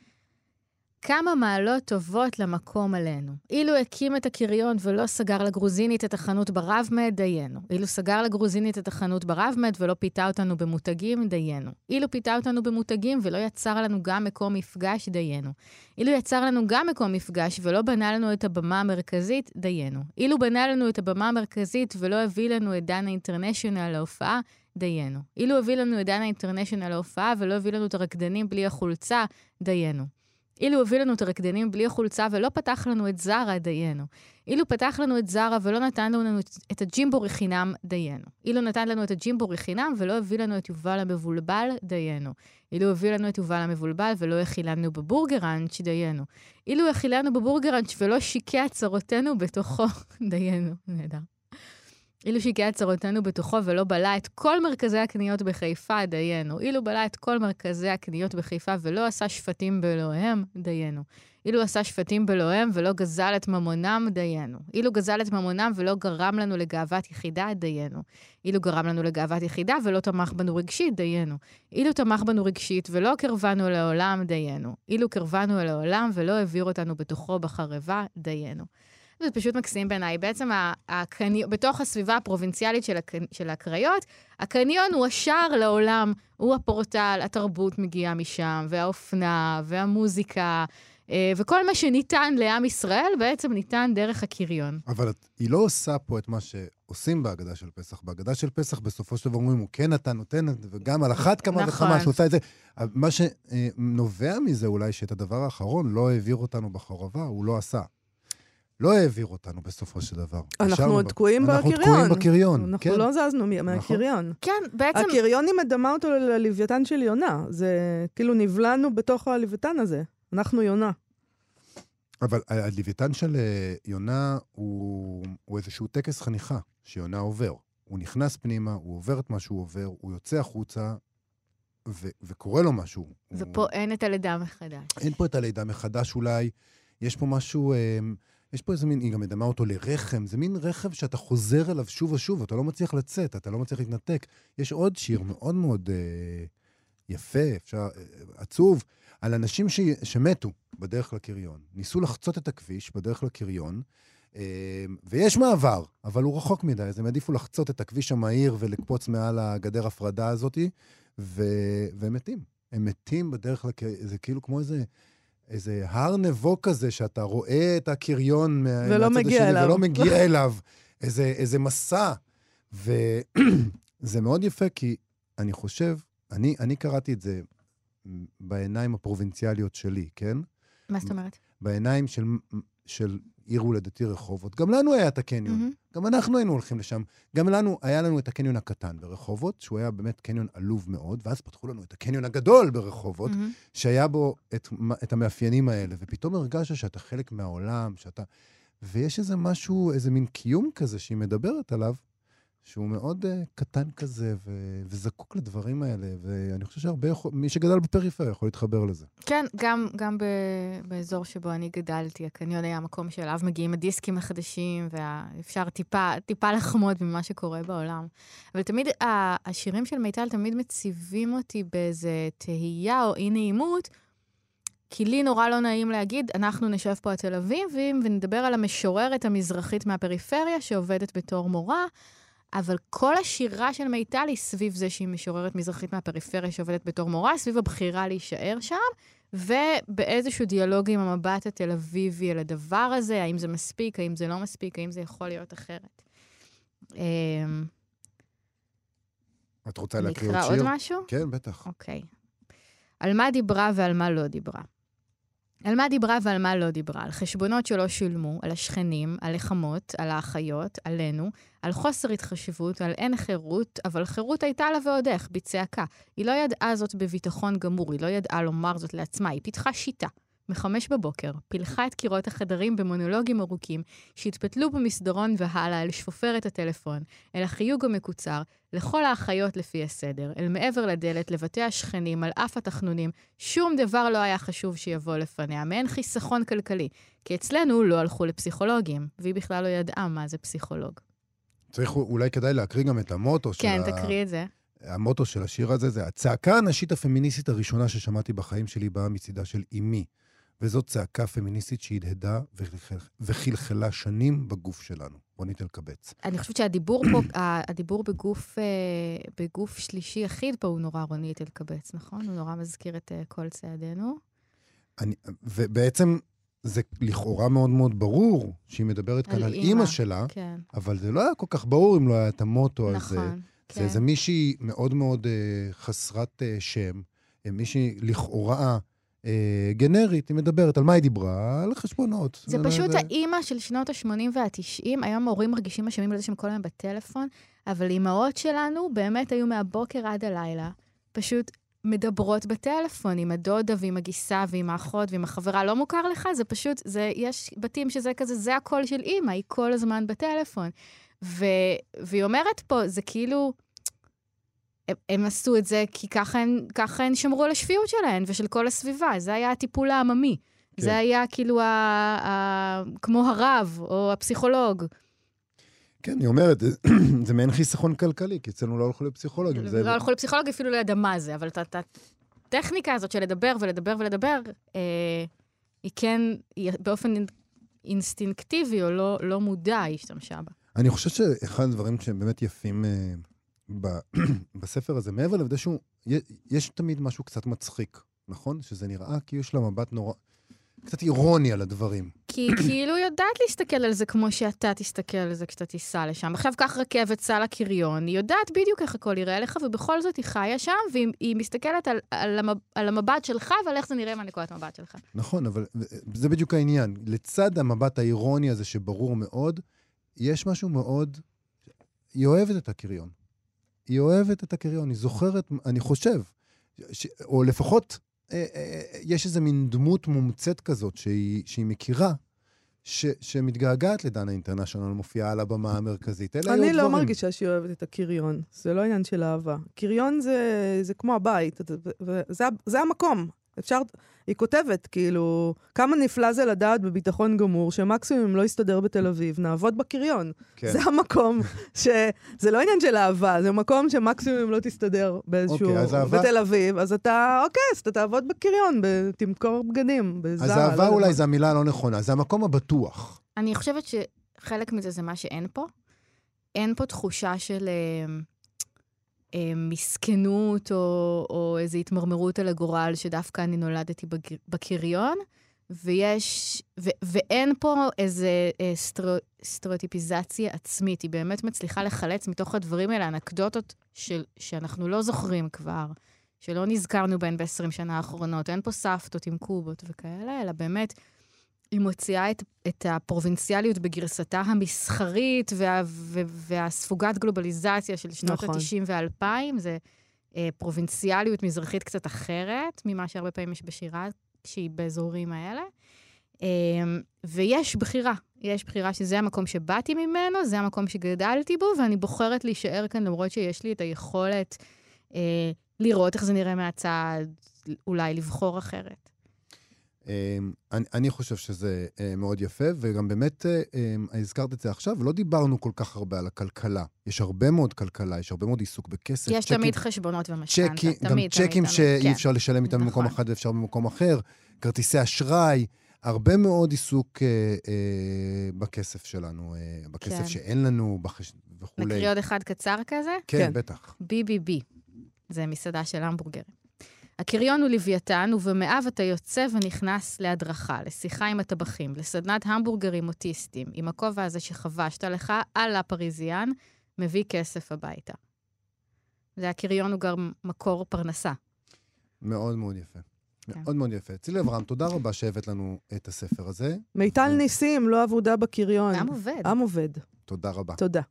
כמה מעלות טובות למקום עלינו. אילו הקים את הקריון ולא סגר לגרוזינית את החנות ברב-מד, דיינו. אילו סגר לגרוזינית את החנות ברב-מד ולא פיתה אותנו במותגים, דיינו. אילו פיתה אותנו במותגים ולא יצר לנו גם מקום מפגש, דיינו. אילו יצר לנו גם מקום מפגש ולא בנה לנו את הבמה המרכזית, דיינו. אילו בנה לנו את הבמה המרכזית ולא הביא לנו את דנה אינטרנשיונל להופעה, דיינו. אילו הביא לנו את דנה אינטרנשיונל להופעה ולא הביא לנו את הרקדנים בלי החולצה, דיינו. אילו הביא לנו את הרקדנים בלי החולצה ולא פתח לנו את זרה, דיינו. אילו פתח לנו את זרה ולא נתן לנו את הג'ימבורי חינם, דיינו. אילו נתן לנו את הג'ימבורי חינם ולא הביא לנו את יובל המבולבל, דיינו. אילו הביא לנו את יובל המבולבל ולא הכילנו בבורגראנץ', דיינו. אילו הכילנו בבורגראנץ' ולא שיקע צרותינו בתוכו, דיינו. נהדר. אילו שיקע צרותינו בתוכו ולא בלה את כל מרכזי הקניות בחיפה, דיינו. אילו בלה את כל מרכזי הקניות בחיפה ולא עשה שפטים באלוהים, דיינו. אילו עשה שפטים באלוהים ולא גזל את ממונם, דיינו. אילו גזל את ממונם ולא גרם לנו לגאוות יחידה, דיינו. אילו גרם לנו לגאוות יחידה ולא תמך בנו רגשית, דיינו. אילו תמך בנו רגשית ולא קרבנו לעולם, דיינו. אילו קרבנו לעולם ולא העביר אותנו בתוכו בחרבה, דיינו. זה פשוט מקסים בעיניי. בעצם הקני... בתוך הסביבה הפרובינציאלית של, הק... של הקריות, הקניון הוא השער לעולם, הוא הפורטל, התרבות מגיעה משם, והאופנה, והמוזיקה, וכל מה שניתן לעם ישראל בעצם ניתן דרך הקריון. אבל היא לא עושה פה את מה שעושים בהגדה של פסח. בהגדה של פסח בסופו של דבר אומרים, הוא כן נתן, נותן, וגם על אחת כמה וכמה שעושה את זה. מה שנובע מזה אולי שאת הדבר האחרון לא העביר אותנו בחרבה, הוא לא עשה. לא העביר אותנו בסופו של דבר. אנחנו עוד תקועים בקריון. אנחנו תקועים בקריון, אנחנו כן. לא זזנו מהקריון. כן, בעצם... הקריון היא מדמה אותו ללוויתן של יונה. זה כאילו נבלענו בתוך הלוויתן הזה. אנחנו יונה. אבל הלוויתן של יונה הוא, הוא איזשהו טקס חניכה שיונה עובר. הוא נכנס פנימה, הוא עובר את מה שהוא עובר, הוא יוצא החוצה ו- וקורא לו משהו. ופה הוא... אין את הלידה מחדש. אין פה את הלידה מחדש אולי. יש פה משהו... יש פה איזה מין, היא גם מדמה אותו לרחם, זה מין רכב שאתה חוזר אליו שוב ושוב, אתה לא מצליח לצאת, אתה לא מצליח להתנתק. יש עוד שיר מאוד מאוד אה, יפה, אפשר, אה, עצוב, על אנשים ש, שמתו בדרך לקריון. ניסו לחצות את הכביש בדרך לקריון, אה, ויש מעבר, אבל הוא רחוק מדי, אז הם עדיפו לחצות את הכביש המהיר ולקפוץ מעל הגדר הפרדה הזאת, ו, והם מתים. הם מתים בדרך לקריון, זה כאילו כמו איזה... איזה הר נבו כזה, שאתה רואה את הקריון ולא מגיע אליו. ולא מגיע אליו. איזה, איזה מסע. וזה מאוד יפה, כי אני חושב, אני, אני קראתי את זה בעיניים הפרובינציאליות שלי, כן? מה זאת אומרת? בעיניים של, של עיר הולדתי רחובות. גם לנו היה את הקניון. Mm-hmm. גם אנחנו היינו הולכים לשם. גם לנו, היה לנו את הקניון הקטן ברחובות, שהוא היה באמת קניון עלוב מאוד, ואז פתחו לנו את הקניון הגדול ברחובות, mm-hmm. שהיה בו את, את המאפיינים האלה, ופתאום הרגשת שאתה חלק מהעולם, שאתה... ויש איזה משהו, איזה מין קיום כזה שהיא מדברת עליו, שהוא מאוד uh, קטן כזה, ו- וזקוק לדברים האלה, ואני חושב שהרבה יכול, מי שגדל בפריפריה יכול להתחבר לזה. כן, גם, גם ב- באזור שבו אני גדלתי, הקניון היה מקום שאליו מגיעים הדיסקים החדשים, ואפשר טיפה, טיפה לחמוד ממה שקורה בעולם. אבל תמיד, השירים של מיטל תמיד מציבים אותי באיזה תהייה או אי נעימות, כי לי נורא לא נעים להגיד, אנחנו נשב פה התל אביבים, ונדבר על המשוררת המזרחית מהפריפריה, שעובדת בתור מורה, אבל כל השירה של מיטל היא סביב זה שהיא משוררת מזרחית מהפריפריה שעובדת בתור מורה, סביב הבחירה להישאר שם, ובאיזשהו דיאלוג עם המבט התל אביבי על הדבר הזה, האם זה מספיק, האם זה לא מספיק, האם זה יכול להיות אחרת. את רוצה להקריא עוד שיר? נקרא עוד משהו? כן, בטח. אוקיי. על מה דיברה ועל מה לא דיברה. על מה דיברה ועל מה לא דיברה? על חשבונות שלא שולמו, על השכנים, על לחמות, על האחיות, עלינו, על חוסר התחשבות, על אין חירות, אבל חירות הייתה לה ועוד איך, בצעקה. היא לא ידעה זאת בביטחון גמור, היא לא ידעה לומר זאת לעצמה, היא פיתחה שיטה. מחמש בבוקר, פילחה את קירות החדרים במונולוגים ארוכים, שהתפתלו במסדרון והלאה אל שפופרת הטלפון, אל החיוג המקוצר, לכל האחיות לפי הסדר, אל מעבר לדלת, לבתי השכנים, על אף התחנונים, שום דבר לא היה חשוב שיבוא לפניה, מעין חיסכון כלכלי, כי אצלנו לא הלכו לפסיכולוגים, והיא בכלל לא ידעה מה זה פסיכולוג. צריך, אולי כדאי להקריא גם את המוטו של כן, ה... תקריא את זה. המוטו של השיר הזה, זה הצעקה הנשית הפמיניסטית הראשונה ששמעתי בחיים שלי באה מצידה של אמי. וזאת צעקה פמיניסטית שהדהדה וחלחלה שנים בגוף שלנו. רונית אלקבץ. אני חושבת שהדיבור פה, הדיבור בגוף, בגוף שלישי יחיד פה הוא נורא רונית אלקבץ, נכון? הוא נורא מזכיר את כל צעדינו. אני, ובעצם זה לכאורה מאוד מאוד ברור שהיא מדברת כאן על אימא שלה, כן. אבל זה לא היה כל כך ברור אם לא היה את המוטו נכון, הזה. כן. זה, זה מישהי מאוד מאוד uh, חסרת uh, שם, מישהי לכאורה אה, גנרית, היא מדברת על מה היא דיברה, על חשבונות. זה על פשוט זה... האימא של שנות ה-שמונים וה-תשעים, היום ההורים מרגישים אשמים על זה שהם כל היום בטלפון, אבל אימהות שלנו באמת היו מהבוקר עד הלילה, פשוט מדברות בטלפון עם הדודה ועם הגיסה ועם האחות ועם החברה. לא מוכר לך? זה פשוט, זה, יש בתים שזה כזה, זה הקול של אימא, היא כל הזמן בטלפון. ו, והיא אומרת פה, זה כאילו... הם עשו את זה כי ככה הן, ככה הן שמרו על השפיות שלהן ושל כל הסביבה. זה היה הטיפול העממי. כן. זה היה כאילו ה, ה, כמו הרב או הפסיכולוג. כן, היא אומרת, זה מעין חיסכון כלכלי, כי אצלנו לא הלכו לפסיכולוגים. לא זה... הלכו לפסיכולוג, אפילו לא ידע מה זה, אבל הטכניקה הזאת של לדבר ולדבר ולדבר, אה, היא כן, היא באופן אינסטינקטיבי או לא, לא מודע, היא השתמשה בה. אני חושב שאחד הדברים שהם באמת יפים... אה... בספר הזה, מעבר לבדי שהוא, יש תמיד משהו קצת מצחיק, נכון? שזה נראה כי יש לה מבט נורא, קצת אירוני על הדברים. כי כאילו יודעת להסתכל על זה כמו שאתה תסתכל על זה כשאתה תיסע לשם. עכשיו כך רכבת סע לקריון, היא יודעת בדיוק איך הכל יראה לך, ובכל זאת היא חיה שם, והיא מסתכלת על, על, המב, על המבט שלך, ועל איך זה נראה מהנקודת המבט שלך. נכון, אבל זה בדיוק העניין. לצד המבט האירוני הזה שברור מאוד, יש משהו מאוד, היא אוהבת את הקריון. היא אוהבת את הקריון, היא זוכרת, אני חושב, ש, או לפחות אה, אה, יש איזו מין דמות מומצאת כזאת שהיא, שהיא מכירה, ש, שמתגעגעת לדנה אינטרנשיונל, מופיעה על הבמה המרכזית. אני לא מרגישה שהיא אוהבת את הקריון, זה לא עניין של אהבה. קריון זה, זה כמו הבית, וזה, זה המקום. אפשר, היא כותבת, כאילו, כמה נפלא זה לדעת בביטחון גמור, שמקסימום אם לא יסתדר בתל אביב, נעבוד בקריון. כן. זה המקום שזה לא עניין של אהבה, זה מקום שמקסימום אם לא תסתדר באיזשהו, אוקיי, בתל אביב, אז אתה, אוקיי, אז אתה תעבוד בקריון, תמכור בגדים, בזרה. אז אהבה לא אולי דבר. זו המילה לא נכונה, זה המקום הבטוח. אני חושבת שחלק מזה זה מה שאין פה. אין פה תחושה של... מסכנות או, או איזו התמרמרות על הגורל שדווקא אני נולדתי בגר, בקריון, ויש, ו, ואין פה איזו סטרו, סטריאוטיפיזציה עצמית. היא באמת מצליחה לחלץ מתוך הדברים האלה, אנקדוטות של, שאנחנו לא זוכרים כבר, שלא נזכרנו בהן ב-עשרים שנה האחרונות. אין פה סבתות עם קובות וכאלה, אלא באמת היא מוציאה את, את הפרובינציאליות בגרסתה המסחרית וה, וה, והספוגת גלובליזציה של שנות נכון. ה-תשעים וה-אלפיים. זה אה, פרובינציאליות מזרחית קצת אחרת ממה שהרבה פעמים יש בשירה שהיא באזורים האלה. אה, ויש בחירה. יש בחירה שזה המקום שבאתי ממנו, זה המקום שגדלתי בו, ואני בוחרת להישאר כאן למרות שיש לי את היכולת אה, לראות איך זה נראה מהצד, אולי לבחור אחרת. אני, אני חושב שזה מאוד יפה, וגם באמת הזכרת את זה עכשיו, לא דיברנו כל כך הרבה על הכלכלה. יש הרבה מאוד כלכלה, יש הרבה מאוד עיסוק בכסף. יש תמיד חשבונות ומשכנתה. צ'קים, גם צ'קים שאי אפשר לשלם איתם במקום אחד ואפשר במקום אחר, כרטיסי אשראי, הרבה מאוד עיסוק בכסף שלנו, בכסף שאין לנו וכו'. נקריא עוד אחד קצר כזה? כן, בטח. בי בי בי, זה מסעדה של המבורגרים. הקריון הוא לוויתן, ובמאב אתה יוצא ונכנס להדרכה, לשיחה עם הטבחים, לסדנת המבורגרים אוטיסטים, עם הכובע הזה שחבשת לך על הפריזיאן, מביא כסף הביתה. זה הקריון הוא גם מקור פרנסה. מאוד מאוד יפה. מאוד מאוד יפה. צילי אברהם, תודה רבה שהבאת לנו את הספר הזה. מיטל ניסים, לא עבודה בקריון. עם עובד. עם עובד. תודה רבה. תודה.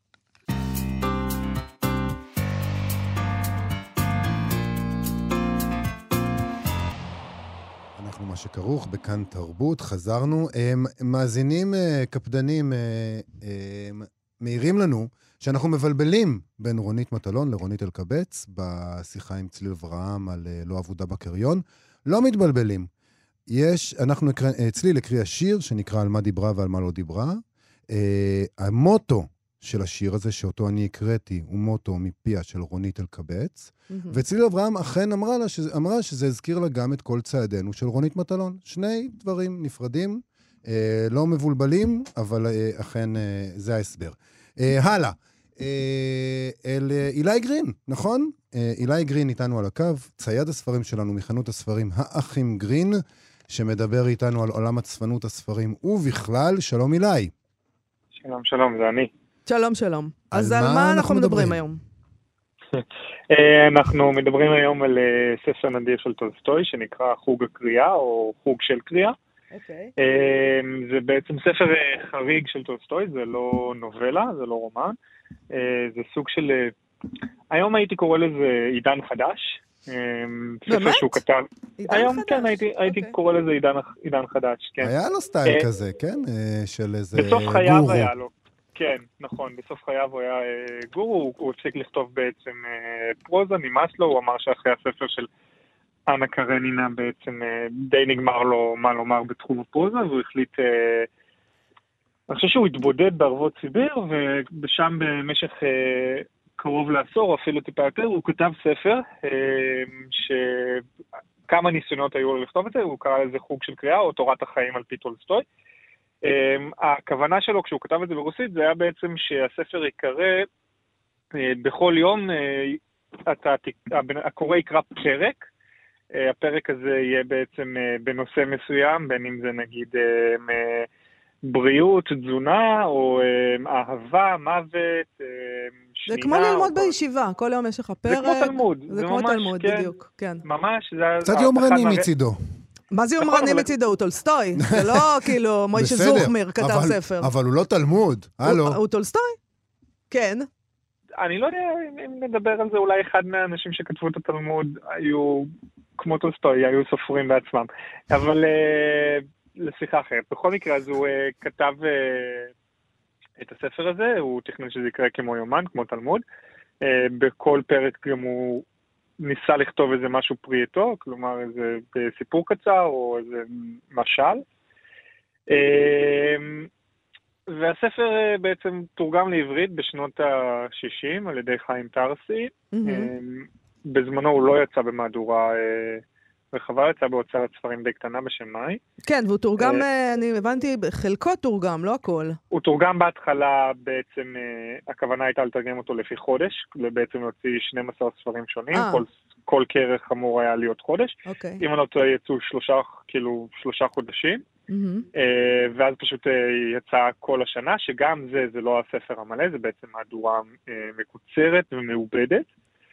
אנחנו מה שכרוך בכאן תרבות, חזרנו. הם, מאזינים uh, קפדנים uh, uh, מעירים לנו שאנחנו מבלבלים בין רונית מטלון לרונית אלקבץ בשיחה עם צליל אברהם על uh, לא עבודה בקריון. לא מתבלבלים. יש, אנחנו נקרא, uh, צליל הקריאה שיר שנקרא על מה דיברה ועל מה לא דיברה. Uh, המוטו של השיר הזה, שאותו אני הקראתי, הוא מוטו מפיה של רונית אלקבץ, mm-hmm. וצליל אברהם אכן אמרה, לה שזה, אמרה שזה הזכיר לה גם את כל צעדינו של רונית מטלון. שני דברים נפרדים, אה, לא מבולבלים, אבל אה, אכן אה, זה ההסבר. אה, הלאה, אה, אל אה, אילי גרין, נכון? אה, אילי גרין איתנו על הקו, צייד הספרים שלנו מחנות הספרים האחים גרין, שמדבר איתנו על עולם הצפנות הספרים ובכלל. שלום אילי. שלום, שלום, זה אני. שלום, שלום. אז על מה אנחנו מדברים היום? אנחנו מדברים היום על ספר נדיר של טולסטוי, שנקרא חוג הקריאה, או חוג של קריאה. זה בעצם ספר חריג של טולסטוי, זה לא נובלה, זה לא רומן. זה סוג של... היום הייתי קורא לזה עידן חדש. באמת? שהוא כתב. עידן היום חדש? כן, הייתי, הייתי אוקיי. קורא לזה עידן, עידן חדש, כן. היה לו סטייל כזה, כן? של איזה גורו. בסוף חייו היה לו. כן, נכון, בסוף חייו הוא היה אה, גורו, הוא, הוא הפסיק לכתוב בעצם אה, פרוזה, נמאס לו, הוא אמר שאחרי הספר של אנה קרנינה בעצם אה, די נגמר לו מה לומר בתחום הפרוזה, והוא החליט, אה, אני חושב שהוא התבודד בערבות סיביר, ושם במשך אה, קרוב לעשור, אפילו טיפה יותר, הוא כתב ספר, אה, שכמה ניסיונות היו לו לכתוב את זה, הוא קרא לזה חוג של קריאה, או תורת החיים על פי טולסטוי. Um, הכוונה שלו כשהוא כתב את זה ברוסית, זה היה בעצם שהספר יקרא uh, בכל יום, uh, אתה, הקורא יקרא פרק, uh, הפרק הזה יהיה בעצם uh, בנושא מסוים, בין אם זה נגיד uh, uh, בריאות, תזונה, או uh, אהבה, מוות, uh, שנינה. זה כמו ללמוד או... בישיבה, כל יום יש לך פרק. זה כמו תלמוד. זה, זה כמו ממש, תלמוד, כן, בדיוק, כן. ממש. זה קצת יומרני מצידו. מה זה יומרני מצידו? הוא טולסטוי. זה לא כאילו מוישה זוכמיר כתב ספר. אבל הוא לא תלמוד. הלו. הוא טולסטוי? כן. אני לא יודע אם נדבר על זה, אולי אחד מהאנשים שכתבו את התלמוד היו כמו טולסטוי, היו סופרים בעצמם. אבל לשיחה אחרת. בכל מקרה, אז הוא כתב את הספר הזה, הוא תכנן שזה יקרה כמו יומן, כמו תלמוד. בכל פרק גם הוא ניסה לכתוב איזה משהו פרי עטו, כלומר איזה סיפור קצר או איזה משל. והספר בעצם תורגם לעברית בשנות ה-שישים על ידי חיים טרסי. בזמנו הוא לא יצא במהדורה רחבה, יצא בהוצאת ספרים די קטנה בשם מאי. כן, והוא תורגם, אני הבנתי, חלקו תורגם, לא הכל. הוא תורגם בהתחלה, בעצם הכוונה הייתה לתרגם אותו לפי חודש, בעצם להוציא שנים עשר ספרים שונים, כל, כל כרך אמור היה להיות חודש. אוקיי. אם אני לא טועה יצאו שלושה, כאילו, שלושה חודשים, mm-hmm. ואז פשוט יצא כל השנה, שגם זה, זה לא הספר המלא, זה בעצם מהדורה מקוצרת ומעובדת.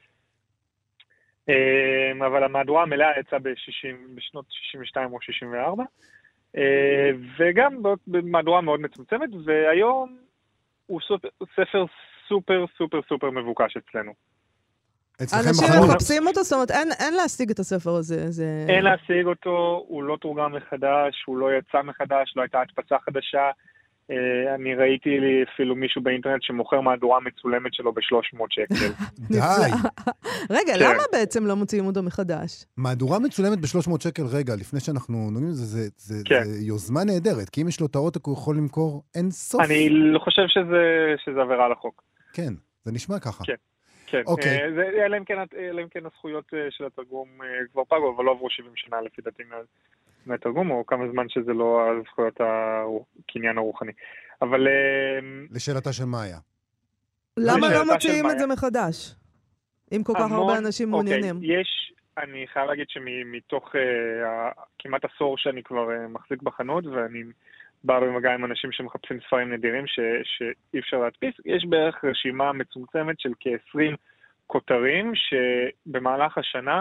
אבל המהדורה המלאה יצאה בשנות שישים ושתיים או שישים וארבע, וגם במהדורה מאוד מצומצמת, והיום הוא ספר סופר סופר סופר מבוקש אצלנו. אנשים מחפשים אותו, זאת אומרת, אין להשיג את הספר הזה. אין להשיג אותו, הוא לא תורגם מחדש, הוא לא יצא מחדש, לא הייתה הדפצה חדשה. אני ראיתי לי אפילו מישהו באינטרנט שמוכר מהדורה מצולמת שלו ב-שלוש מאות שקל. די. רגע, למה בעצם לא מוציאים אותו מחדש? מהדורה מצולמת ב-שלוש מאות שקל, רגע, לפני שאנחנו נוגעים לזה, זה יוזמה נהדרת, כי אם יש לו את העותק הוא יכול למכור אין סוף. אני לא חושב שזה עבירה על החוק. כן, זה נשמע ככה. כן, כן. אלא אם כן הזכויות של התרגום כבר פגו, אבל לא עברו שבעים שנה לפי דעתי מהתרגום, או כמה זמן שזה לא הזכויות הקניין הרוחני. אבל... לשאלתה של מאיה. למה לא מוציאים את זה מחדש? אם כל כך הרבה אנשים מעוניינים. יש, אני חייב להגיד שמתוך כמעט עשור שאני כבר מחזיק בחנות, ואני בא במגע עם אנשים שמחפשים ספרים נדירים שאי אפשר להדפיס, יש בערך רשימה מצומצמת של כ-עשרים כותרים, שבמהלך השנה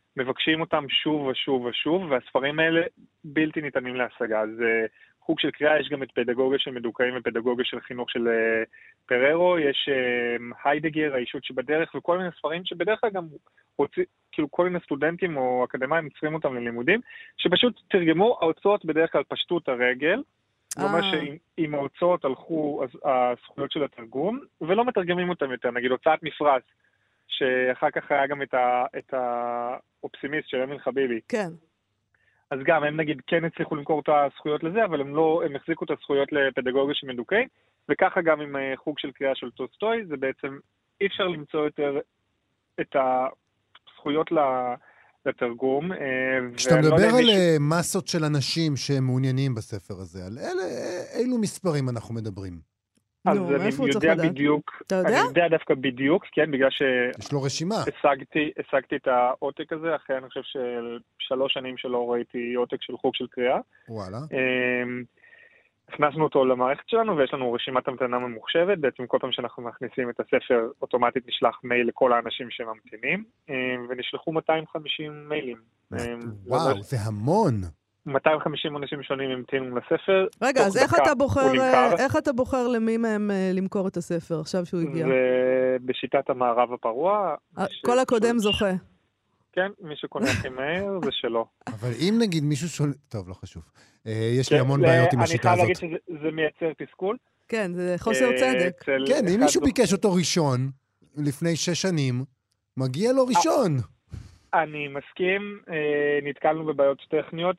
מבקשים אותם שוב ושוב ושוב, והספרים האלה בלתי ניתנים להשגה. אז חוג של קריאה, יש גם את פדגוגיה של מדוכאים ופדגוגיה של חינוך של פררו, יש היידגר, האישות שבדרך, וכל מיני ספרים שבדרך כלל גם רוצים, כאילו כל מיני סטודנטים או אקדמיים יוצרים אותם ללימודים, שפשוט תרגמו, ההוצאות בדרך כלל פשטו את הרגל, זאת אומרת שעם ההוצאות הלכו הזכויות של התרגום, ולא מתרגמים אותם יותר, נגיד הוצאת מפרש, שאחר כך היה גם את האופסימיסט של אמיל חביבי. כן. אז גם הם נגיד כן הצליחו למכור את הזכויות לזה, אבל הם לא, הם החזיקו את הזכויות לפדגוגיה של מדוכאים, וככה גם עם חוג של קריאה של טולסטוי, זה בעצם אי אפשר למצוא יותר את הזכויות לתרגום. כשאתה מדבר על מסות של אנשים שהם מעוניינים בספר הזה, על אילו מספרים אנחנו מדברים? אז אני יודע בדיוק, אני יודע דווקא בדיוק, כן, בגלל ש... יש לו רשימה. השגתי את העותק הזה, אחרי אני חושב של שלוש שנים שלא ראיתי עותק של חוג של קריאה. וואלה. הכנסנו אותו למערכת שלנו, ויש לנו רשימת המתנה ממוחשבת, בעצם כל פעם שאנחנו מכניסים את הספר, אוטומטית נשלח מייל לכל האנשים שממתינים, ונשלחו מאתיים וחמישים מיילים. וואו, זה המון. מאתיים וחמישים אנשים שונים המתינו לספר. רגע, אז איך אתה בוחר, איך אתה בוחר למי מהם למכור את הספר עכשיו שהוא הגיע? בשיטת המערב הפרוע. כל הקודם זוכה. כן, מי שקונה הכי מהר זה שלו. אבל אם נגיד מישהו שואל... טוב, לא חשוב. יש לי המון בעיות עם השיטה הזאת. אני חייב להגיד שזה מייצר תסכול. כן, זה חוסר צדק. כן, אם מישהו ביקש אותו ראשון, לפני שש שנים, מגיע לו ראשון. אני מסכים, נתקלנו בבעיות טכניות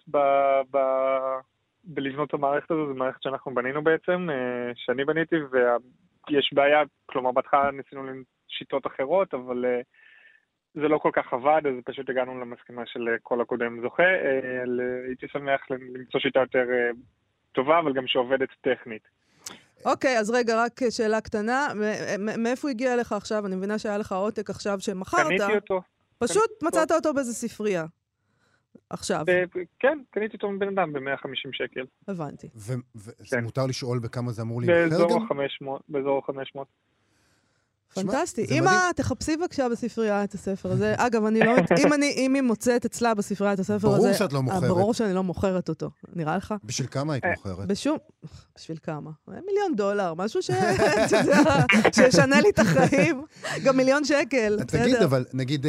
בלבנות את המערכת הזו, זו מערכת שאנחנו בנינו בעצם, שאני בניתי, ויש בעיה, כלומר, בהתחלה ניסינו שיטות אחרות, אבל זה לא כל כך עבד, אז פשוט הגענו למסקנה של כל הקודם זוכה. הייתי שמח למצוא שיטה יותר טובה, אבל גם שעובדת טכנית. אוקיי, אז רגע, רק שאלה קטנה, מאיפה הגיע לך עכשיו? אני מבינה שהיה לך עותק עכשיו שמחרת. קניתי אותו. פשוט מצאת אותו באיזה ספרייה. עכשיו. כן, קניתי אותו מבן אדם ב-מאה וחמישים שקל. הבנתי. וזה מותר לשאול בכמה זה אמור להימכר גם? באזור ה-חמש מאות. פנטסטי. אמא, תחפשי בבקשה בספרייה את הספר הזה. אגב, אני לא... אם היא מוצאת אצלה בספרייה את הספר הזה... ברור שאת לא מוכרת. ברור שאני לא מוכרת אותו. נראה לך? בשביל כמה היית מוכרת? בשום... בשביל כמה? מיליון דולר, משהו שישנה לי את החיים. גם מיליון שקל. תגיד, אבל נגיד...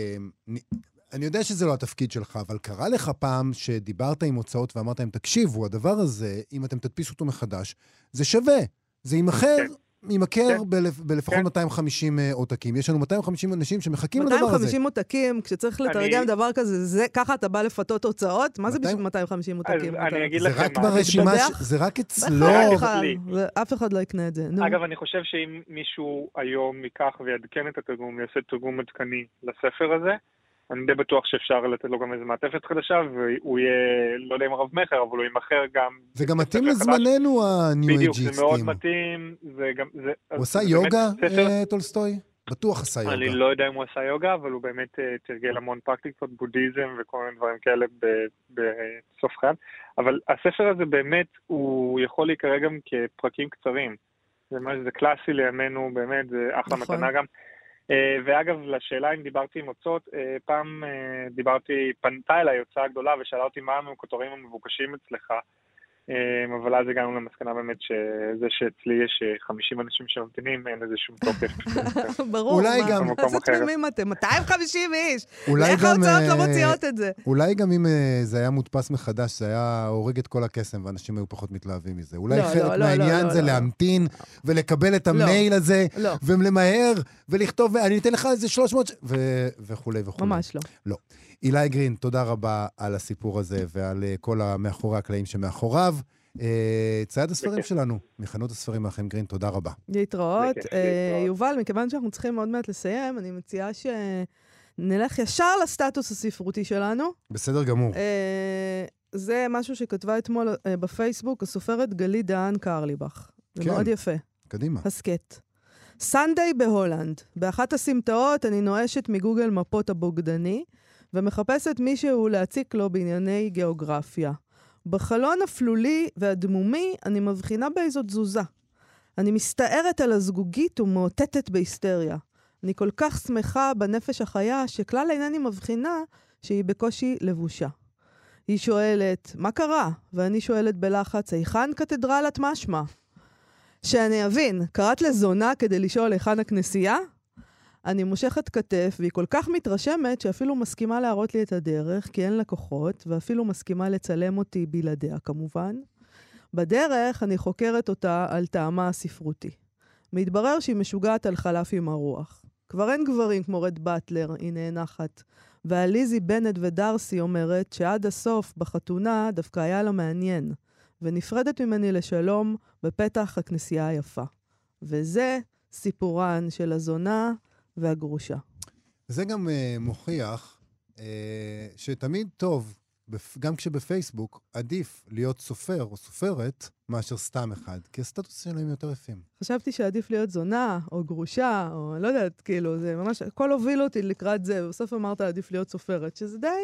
אני יודע שזה לא התפקיד שלך, אבל קרה לך פעם שדיברת עם הוצאות ואמרת להם, תקשיבו, הדבר הזה, אם אתם תדפיסו אותו מחדש, זה שווה. זה יימכר... ממכר בלפחות מאתיים וחמישים עותקים. יש לנו מאתיים וחמישים אנשים שמחכים לדבר הזה. מאתיים וחמישים עותקים, כשצריך לתרגם דבר כזה, ככה אתה בא לפתות הוצאות? מה זה בשביל מאתיים וחמישים עותקים? זה רק ברשימה, זה רק אצלו. אף אחד לא יקנה את זה. אגב, אני חושב שאם מישהו היום ייקח ויעדכן את התרגום, יעשה תרגום עדכני לספר הזה, אני די בטוח שאפשר לתת לו גם איזו מעטפת חדשה, והוא יהיה, לא יודע אם רב מחר, אבל הוא יימכר גם... זה גם מתאים לזמננו, הניו אייג'יסטים. בדיוק, זה מאוד מתאים. הוא עשה יוגה, טולסטוי? בטוח עשה יוגה. אני לא יודע אם הוא עשה יוגה, אבל הוא באמת תרגל המון פרקטיקות, בודהיזם וכל מיני דברים כאלה בסוף חייו. אבל הספר הזה באמת, הוא יכול להיקרא גם כפרקים קצרים. זה קלאסי לימינו, באמת, זה אחלה מתנה גם. ואגב, לשאלה אם דיברתי עם הוצאות, פעם דיברתי, פנתה אליי הוצאה גדולה ושאלה אותי מה הם הכותרים המבוקשים אצלך, אבל אז הגענו למסקנה באמת שזה שאצלי יש חמישים אנשים שממתינים, אין איזה שום תוקף. ברור, מה זה תמימים אתם? מאתיים וחמישים איש! איך ההוצאות לא מוציאות את זה? אולי גם אם זה היה מודפס מחדש, זה היה הורג את כל הקסם, ואנשים היו פחות מתלהבים מזה. אולי חלק מהעניין זה להמתין ולקבל את המייל הזה, ולמהר ולכתוב, אני אתן לך איזה שלוש מאות וכו' וכו'. ממש לא. לא. אילי גרין, תודה רבה על הסיפור הזה ועל כל המאחורי הקלעים שמאחוריו. צייד הספרים שלנו, מחנות הספרים מהחיים גרין, תודה רבה. להתראות. יובל, מכיוון שאנחנו צריכים עוד מעט לסיים, אני מציעה שנלך ישר לסטטוס הספרותי שלנו. בסדר גמור. זה משהו שכתבה אתמול בפייסבוק, הסופרת גלית דהן קרליבך. זה מאוד יפה. קדימה. הסקט. סנדיי בהולנד. באחת הסמטאות אני נואשת מגוגל מפות הבוגדני, ומחפשת מישהו להציק לו בענייני גיאוגרפיה. בחלון הפלולי והדמומי אני מבחינה באיזו תזוזה. אני מסתערת על הזגוגית ומאותתת בהיסטריה. אני כל כך שמחה בנפש החיה שכלל אינני מבחינה שהיא בקושי לבושה. היא שואלת, מה קרה? ואני שואלת בלחץ, היכן קתדרלת משמע? שאני אבין, קראת לזונה כדי לשאול היכן הכנסייה? אני מושכת כתף, והיא כל כך מתרשמת שאפילו מסכימה להראות לי את הדרך, כי אין לקוחות, ואפילו מסכימה לצלם אותי בלעדיה כמובן. בדרך אני חוקרת אותה על טעמה הספרותי. מתברר שהיא משוגעת על חלף עם הרוח. כבר אין גברים כמו רד באטלר, היא נאנחת. והליזי בנט ודרסי אומרת שעד הסוף בחתונה דווקא היה לה מעניין, ונפרדת ממני לשלום בפתח הכנסייה היפה. וזה סיפורן של הזונה והגרושה. זה גם uh, מוכיח uh, שתמיד טוב, גם כשבפייסבוק, עדיף להיות סופר או סופרת מאשר סתם אחד, כי הסטטוס שלהם יותר יפים. חשבתי שעדיף להיות זונה או גרושה, או לא יודעת, כאילו, זה ממש, הכל הוביל אותי לקראת זה, ובסוף אמרת עדיף להיות סופרת, שזה די...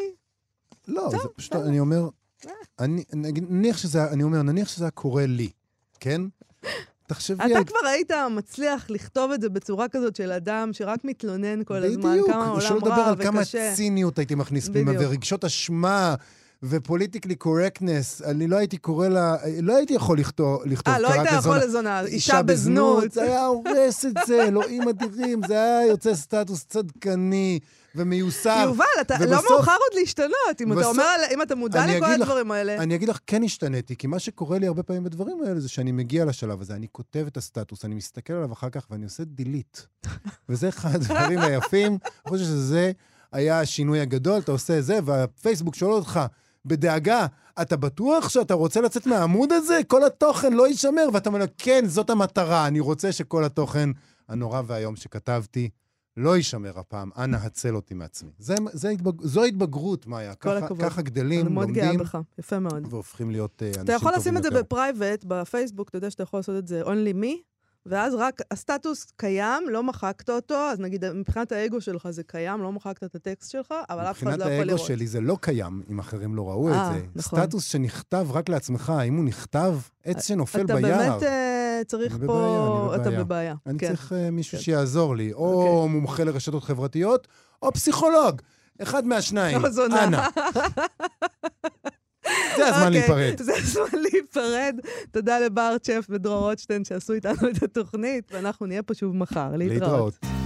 לא, זה פשוט, אני אומר, אני, נניח שזה, אני אומר, נניח שזה היה קורה לי, כן? תחשבי... אתה כבר היית מצליח לכתוב את זה בצורה כזאת של אדם שרק מתלונן כל הזמן, כמה עולם רע וקשה. שלא לדבר על כמה ציניות הייתי מכניס פנימה, ורגשות אשמה, ופוליטיקלי קורקטנס, אני לא הייתי קורא לה, לא הייתי יכול לכתוב, אה, לא היית יכול לזונה, אישה בזנות. זה היה הורס את זה, אלוהים אדירים, זה היה יוצא סטטוס צדקני ומיוסר. יובל, אתה לא מאוחר עוד להשתנות, אם אתה אומר, אם אתה מודע לכל הדברים האלה. אני אגיד לך, כן השתניתי, כי מה שקורה לי הרבה פעמים בדברים האלה, זה שאני מגיע לשלב הזה, אני כותב את הסטטוס, אני מסתכל עליו אחר כך, ואני עושה דילית. וזה אחד הדברים היפים, אני חושב שזה היה השינוי הגדול, אתה עושה זה, והפייסבוק שואל אותך, בדאגה, אתה בטוח שאתה רוצה לצאת מהעמוד הזה? כל התוכן לא יישמר, ואתה אומר, כן, זאת המטרה, אני רוצה שכל התוכן הנורא והיום שכתבתי, לא יישמר הפעם, אנא הצל אותי מעצמי. זה, זה התבג... זו התבגרות, מאיה. ככה, ככה גדלים, לומדים. אני מאוד גאה בך, יפה מאוד. והופכים להיות uh, אנשים טובים יותר. אתה יכול לשים את זה יותר. בפרייבט, בפייסבוק, אתה יודע שאתה יכול לעשות את זה only me, ואז רק הסטטוס קיים, לא מחקת אותו, אז נגיד, מבחינת האגו שלך זה קיים, לא מחקת את הטקסט שלך, אבל אף אחד לא יכול לראות. מבחינת האגו שלי זה לא קיים, אם אחרים לא ראו 아, את זה. נכון. סטטוס שנכתב רק לעצמך, אם הוא נכתב, עץ שנופל אתה ביער. אתה באמת uh, צריך אני פה... בבעיה, אני אתה בבעיה. בבעיה. אני כן. צריך uh, מישהו כן. שיעזור לי, או okay. מומחה לרשתות חברתיות, או פסיכולוג. אחד מהשניים. או זונה. אנא. זה הזמן okay, להיפרד. זה הזמן להיפרד. תודה לבר צ'ף ודרור רוטשטיין שעשו איתנו את התוכנית, ואנחנו נהיה פה שוב מחר. להתראות. להתראות.